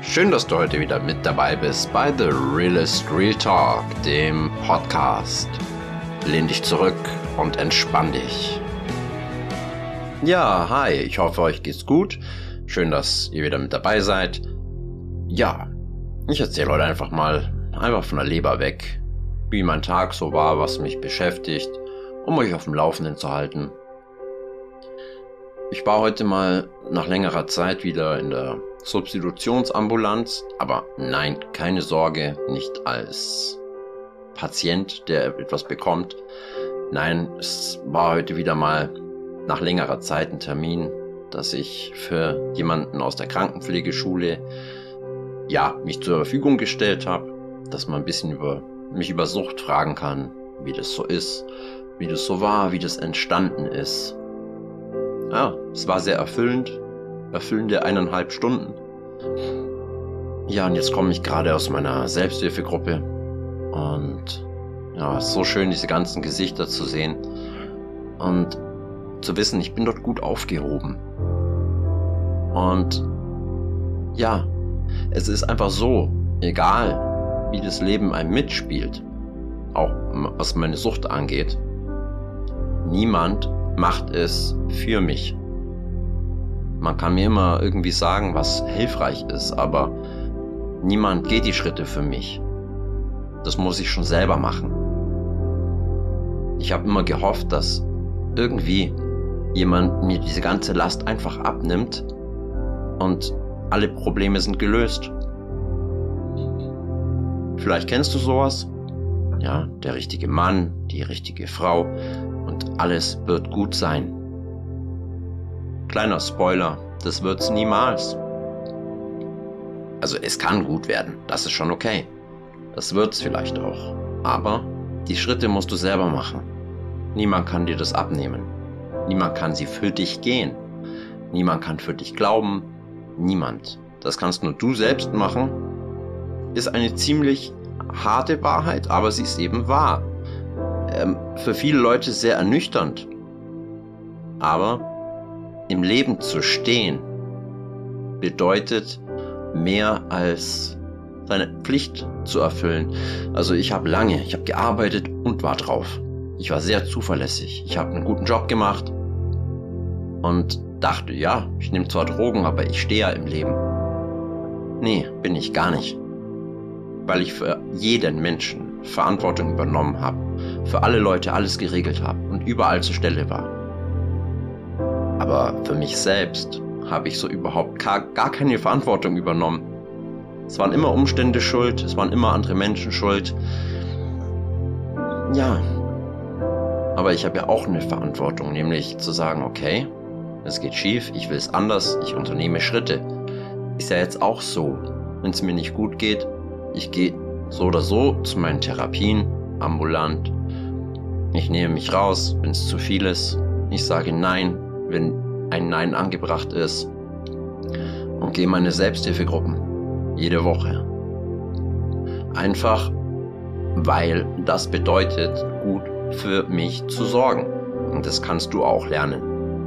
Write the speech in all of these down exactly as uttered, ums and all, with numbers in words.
Schön, dass du heute wieder mit dabei bist bei The Realist Real Talk, dem Podcast. Lehn dich zurück und entspann dich. Ja, hi, ich hoffe, euch geht's gut. Schön, dass ihr wieder mit dabei seid. Ja, ich erzähle heute einfach mal, einfach von der Leber weg, wie mein Tag so war, was mich beschäftigt, um euch auf dem Laufenden zu halten. Ich war heute mal nach längerer Zeit wieder in der Substitutionsambulanz, aber nein, keine Sorge, nicht als Patient, der etwas bekommt. Nein, es war heute wieder mal nach längerer Zeit ein Termin, dass ich für jemanden aus der Krankenpflegeschule ja, mich zur Verfügung gestellt habe, dass man ein bisschen über mich über Sucht fragen kann, wie das so ist, wie das so war, wie das entstanden ist. Ja, es war sehr erfüllend, erfüllende eineinhalb Stunden. Ja, und jetzt komme ich gerade aus meiner Selbsthilfegruppe und ja, es ist so schön, diese ganzen Gesichter zu sehen und zu wissen, ich bin dort gut aufgehoben. Und ja, es ist einfach so, egal wie das Leben einem mitspielt, auch was meine Sucht angeht, niemand macht es für mich. Man kann mir immer irgendwie sagen, was hilfreich ist, aber niemand geht die Schritte für mich. Das muss ich schon selber machen. Ich habe immer gehofft, dass irgendwie jemand mir diese ganze Last einfach abnimmt und alle Probleme sind gelöst. Vielleicht kennst du sowas? Ja, der richtige Mann, die richtige Frau und alles wird gut sein. Kleiner Spoiler, das wird's niemals. Also es kann gut werden, das ist schon okay. Das wird's vielleicht auch. Aber die Schritte musst du selber machen. Niemand kann dir das abnehmen. Niemand kann sie für dich gehen. Niemand kann für dich glauben. Niemand. Das kannst nur du selbst machen. Ist eine ziemlich harte Wahrheit, aber sie ist eben wahr. Ähm, für viele Leute sehr ernüchternd. Aber im Leben zu stehen bedeutet mehr als seine Pflicht zu erfüllen. Also ich habe lange, ich habe gearbeitet und war drauf. Ich war sehr zuverlässig. Ich habe einen guten Job gemacht und dachte, ja, ich nehme zwar Drogen, aber ich stehe ja im Leben. Nee, bin ich gar nicht. Weil ich für jeden Menschen Verantwortung übernommen habe, für alle Leute alles geregelt habe und überall zur Stelle war. Aber für mich selbst habe ich so überhaupt gar, gar keine Verantwortung übernommen. Es waren immer Umstände schuld, es waren immer andere Menschen schuld. Ja, aber ich habe ja auch eine Verantwortung, nämlich zu sagen, okay, es geht schief, ich will es anders, ich unternehme Schritte. Ist ja jetzt auch so, wenn es mir nicht gut geht, ich gehe so oder so zu meinen Therapien, ambulant. Ich nehme mich raus, wenn es zu viel ist. Ich sage Nein, wenn ein Nein angebracht ist. Und gehe in meine Selbsthilfegruppen. Jede Woche. Einfach, weil das bedeutet, gut für mich zu sorgen. Und das kannst du auch lernen.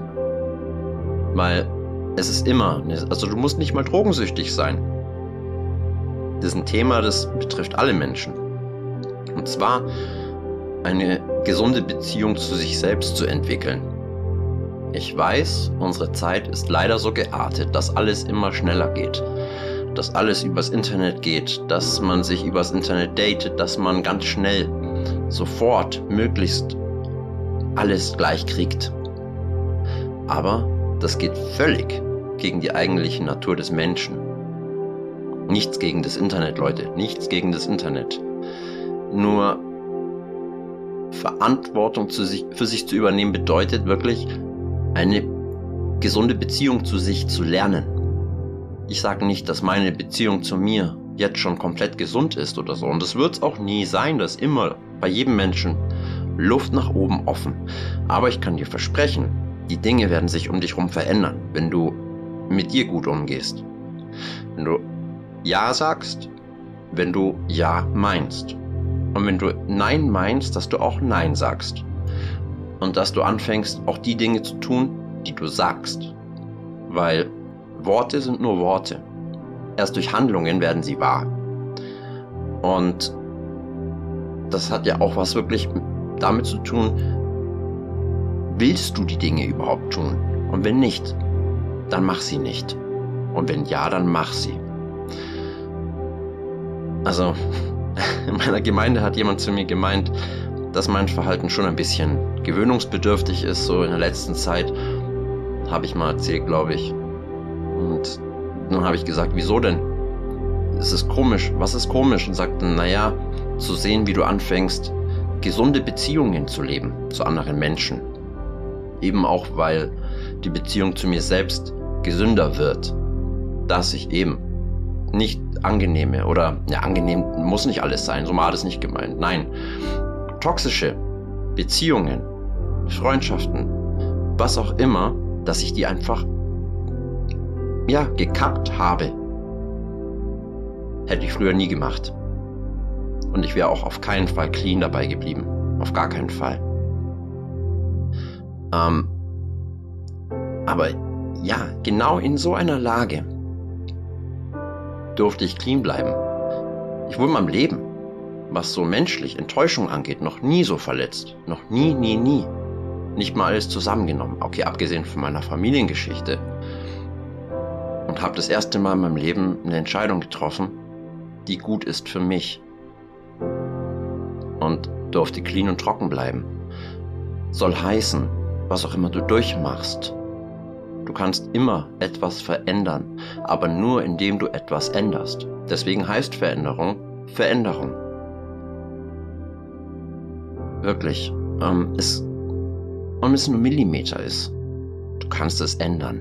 Weil es ist immer, also du musst nicht mal drogensüchtig sein. Das ist ein Thema, das betrifft alle Menschen. Und zwar eine gesunde Beziehung zu sich selbst zu entwickeln. Ich weiß, unsere Zeit ist leider so geartet, dass alles immer schneller geht. Dass alles übers Internet geht, dass man sich übers Internet datet, dass man ganz schnell, sofort, möglichst alles gleich kriegt. Aber das geht völlig gegen die eigentliche Natur des Menschen. Nichts gegen das Internet, Leute. Nichts gegen das Internet. Nur Verantwortung zu sich, für sich zu übernehmen bedeutet wirklich, eine gesunde Beziehung zu sich zu lernen. Ich sage nicht, dass meine Beziehung zu mir jetzt schon komplett gesund ist oder so. Und das wird es auch nie sein. Das ist immer bei jedem Menschen Luft nach oben offen. Aber ich kann dir versprechen, die Dinge werden sich um dich herum verändern, wenn du mit dir gut umgehst. Wenn du Ja sagst, wenn du Ja meinst. Und wenn du Nein meinst, dass du auch Nein sagst. Und dass du anfängst, auch die Dinge zu tun, die du sagst. Weil Worte sind nur Worte. Erst durch Handlungen werden sie wahr. Und das hat ja auch was wirklich damit zu tun, willst du die Dinge überhaupt tun? Und wenn nicht, dann mach sie nicht. Und wenn ja, dann mach sie. Also, in meiner Gemeinde hat jemand zu mir gemeint, dass mein Verhalten schon ein bisschen gewöhnungsbedürftig ist. So in der letzten Zeit habe ich mal erzählt, glaube ich. Und dann habe ich gesagt, wieso denn? Es ist komisch. Was ist komisch? Und sagte, naja, zu sehen, wie du anfängst, gesunde Beziehungen zu leben zu anderen Menschen. Eben auch, weil die Beziehung zu mir selbst gesünder wird. Dass ich eben nicht angenehme oder, ja, angenehm muss nicht alles sein, so war das nicht gemeint. Nein, toxische Beziehungen, Freundschaften, was auch immer, dass ich die einfach, ja, gekappt habe. Hätte ich früher nie gemacht. Und ich wäre auch auf keinen Fall clean dabei geblieben. Auf gar keinen Fall. Ähm, aber ja, genau in so einer Lage durfte ich clean bleiben. Ich wurde in meinem Leben, was so menschlich Enttäuschung angeht, noch nie so verletzt. Noch nie, nie, nie. Nicht mal alles zusammengenommen. Okay, abgesehen von meiner Familiengeschichte. Und habe das erste Mal in meinem Leben eine Entscheidung getroffen, die gut ist für mich. Und durfte clean und trocken bleiben. Soll heißen, was auch immer du durchmachst, du kannst immer etwas verändern, aber nur indem du etwas änderst. Deswegen heißt Veränderung Veränderung. Wirklich. Ähm, es, und wenn es nur Millimeter ist, du kannst es ändern.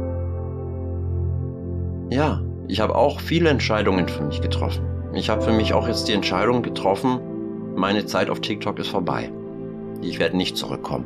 Ja, ich habe auch viele Entscheidungen für mich getroffen. Ich habe für mich auch jetzt die Entscheidung getroffen, meine Zeit auf TikTok ist vorbei. Ich werde nicht zurückkommen.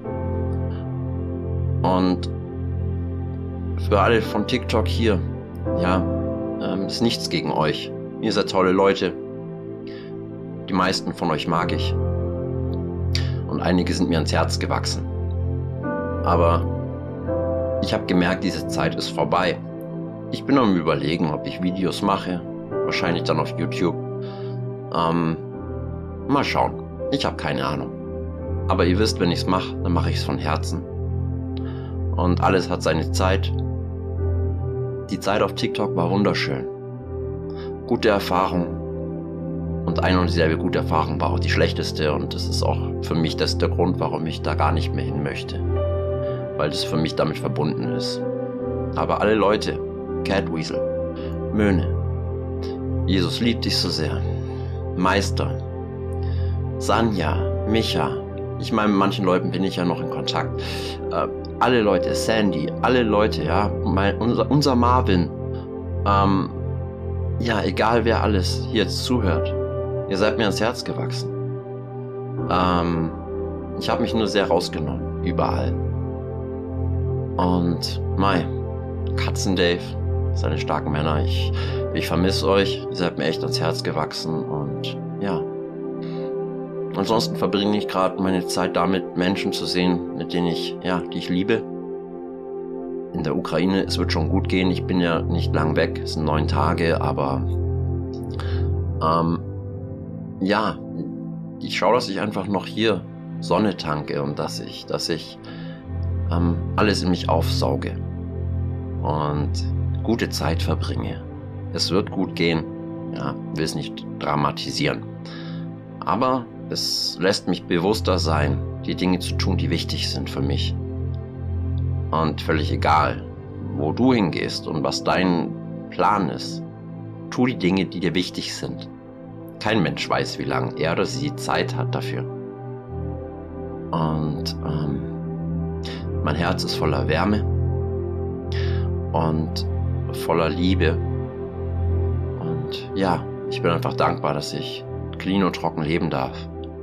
Und für alle von TikTok hier, ja, ähm, ist nichts gegen euch. Ihr seid tolle Leute. Die meisten von euch mag ich. Und einige sind mir ans Herz gewachsen. Aber ich habe gemerkt, diese Zeit ist vorbei. Ich bin am Überlegen, ob ich Videos mache. Wahrscheinlich dann auf YouTube. Ähm, mal schauen. Ich habe keine Ahnung. Aber ihr wisst, wenn ich es mache, dann mache ich es von Herzen. Und alles hat seine Zeit. Die Zeit auf TikTok war wunderschön. Gute Erfahrung. Und eine und dieselbe gute Erfahrung war auch die schlechteste. Und das ist auch für mich das der Grund, warum ich da gar nicht mehr hin möchte. Weil das für mich damit verbunden ist. Aber alle Leute, Catweasel, Möhne, Jesus liebt dich so sehr, Meister, Sanja, Micha, ich meine, mit manchen Leuten bin ich ja noch in Kontakt, äh, alle Leute, Sandy, alle Leute, ja, mein, unser, unser Marvin, ähm, ja, egal wer alles hier jetzt zuhört, ihr seid mir ans Herz gewachsen. Ähm, ich habe mich nur sehr rausgenommen, überall. Und, Mai, Katzen Dave, seine starken Männer, ich, ich vermisse euch, ihr seid mir echt ans Herz gewachsen und ja. Ansonsten verbringe ich gerade meine Zeit damit, Menschen zu sehen, mit denen ich, ja, die ich liebe. In der Ukraine, es wird schon gut gehen, ich bin ja nicht lang weg, es sind neun Tage, aber ähm, ja, ich schaue, dass ich einfach noch hier Sonne tanke und dass ich, dass ich ähm, alles in mich aufsauge und gute Zeit verbringe. Es wird gut gehen, ja, will es nicht dramatisieren. Aber es lässt mich bewusster sein, die Dinge zu tun, die wichtig sind für mich. Und völlig egal, wo du hingehst und was dein Plan ist, tu die Dinge, die dir wichtig sind. Kein Mensch weiß, wie lange er oder sie Zeit hat dafür. Und ähm, mein Herz ist voller Wärme und voller Liebe. Und ja, ich bin einfach dankbar, dass ich clean und trocken leben darf.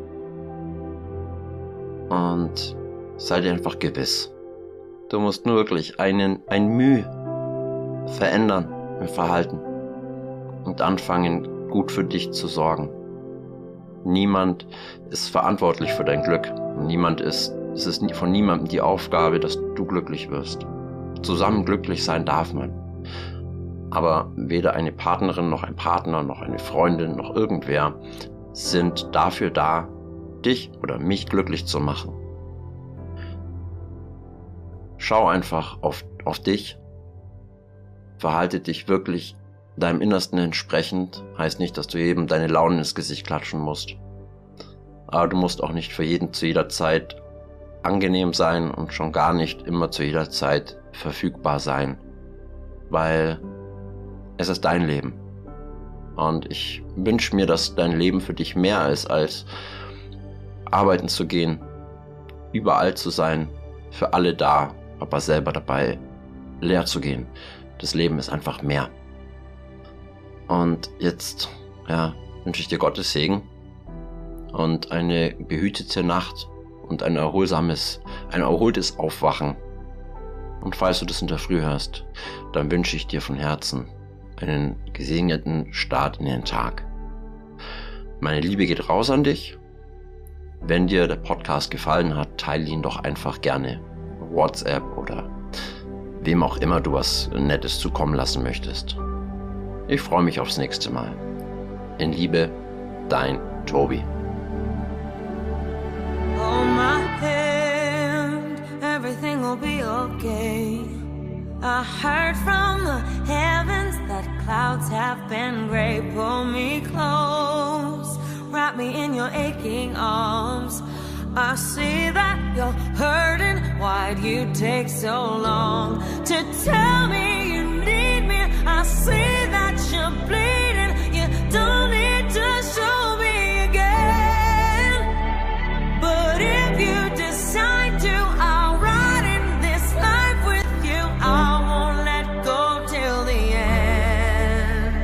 Und sei dir einfach gewiss, du musst nur wirklich einen, ein Mühe verändern im Verhalten und anfangen, gut für dich zu sorgen. Niemand ist verantwortlich für dein Glück. Niemand ist, es ist von niemandem die Aufgabe, dass du glücklich wirst. Zusammen glücklich sein darf man. Aber weder eine Partnerin noch ein Partner noch eine Freundin noch irgendwer sind dafür da, dich oder mich glücklich zu machen. Schau einfach auf, auf dich, verhalte dich wirklich deinem Innersten entsprechend, heißt nicht, dass du jedem deine Laune ins Gesicht klatschen musst. Aber du musst auch nicht für jeden zu jeder Zeit angenehm sein und schon gar nicht immer zu jeder Zeit verfügbar sein, weil es ist dein Leben. Und ich wünsche mir, dass dein Leben für dich mehr ist, als arbeiten zu gehen, überall zu sein, für alle da, aber selber dabei leer zu gehen. Das Leben ist einfach mehr. Und jetzt, ja, wünsche ich dir Gottes Segen und eine behütete Nacht und ein erholsames, ein erholtes Aufwachen. Und falls du das in der Früh hörst, dann wünsche ich dir von Herzen einen gesegneten Start in den Tag. Meine Liebe geht raus an dich. Wenn dir der Podcast gefallen hat, teile ihn doch einfach gerne WhatsApp oder wem auch immer du was Nettes zukommen lassen möchtest. Ich freue mich aufs nächste Mal. In Liebe, dein Tobi. Hold my hand, everything will be okay. I heard from the heavens that clouds have been gray. Pull me close, wrap me in your aching arms. I see that you're hurting, why'd you take so long to tell me you need me? I see that you're bleeding, you don't need to show me again. But if you decide to, I'll ride in this life with you. I won't let go till the end.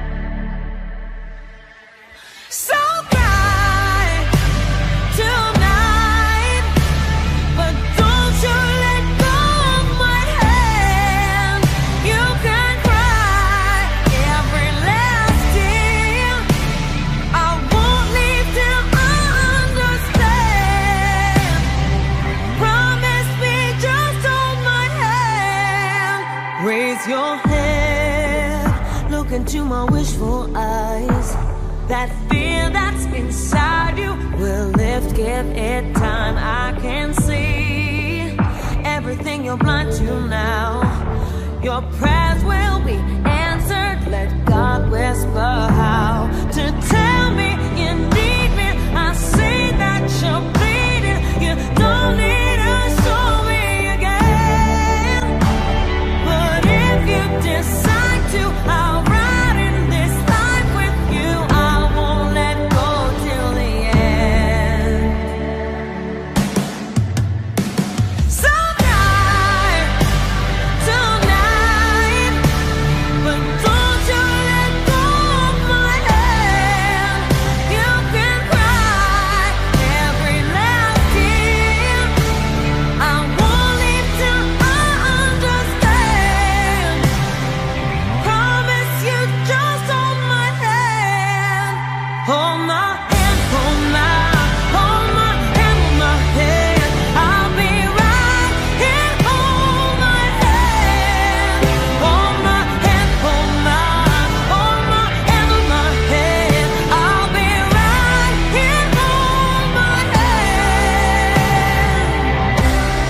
So cry tonight, but don't you let go of my hand. You can cry every last tear. I won't leave till I understand. Promise me, just hold my hand. Raise your head, look into my wishful eyes. That fear that's inside you will lift, give it time. I can see everything you're blind to now. Your prayers will be answered. Let God whisper how to tell me you need me. I see that you're bleeding. You don't need to show me again. But if you decide to, I'll ride in this life with you. I won't let go till the end. So cry tonight, but don't you let go of my hand. You can cry every last tear. I won't leave till I understand. Promise you, just hold my hand. Hold my hand, hold my, hold my hand, hold my hand. I'll be right here. Hold my hand, hold my hand, hold my, hold my hand, hold my hand. I'll be right here. Hold my hand.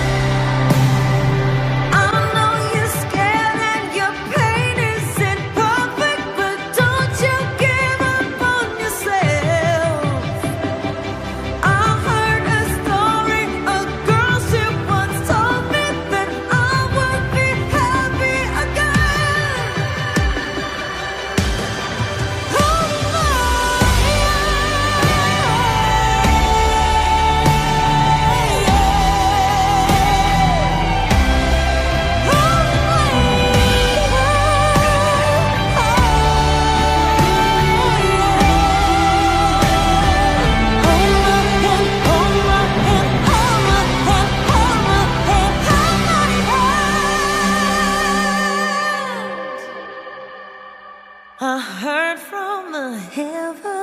I know you're scared and your pain isn't perfect, but don't you give up on yourself. I heard a story, a girl she once told me that I would be happy again. Hold my I heard from the heavens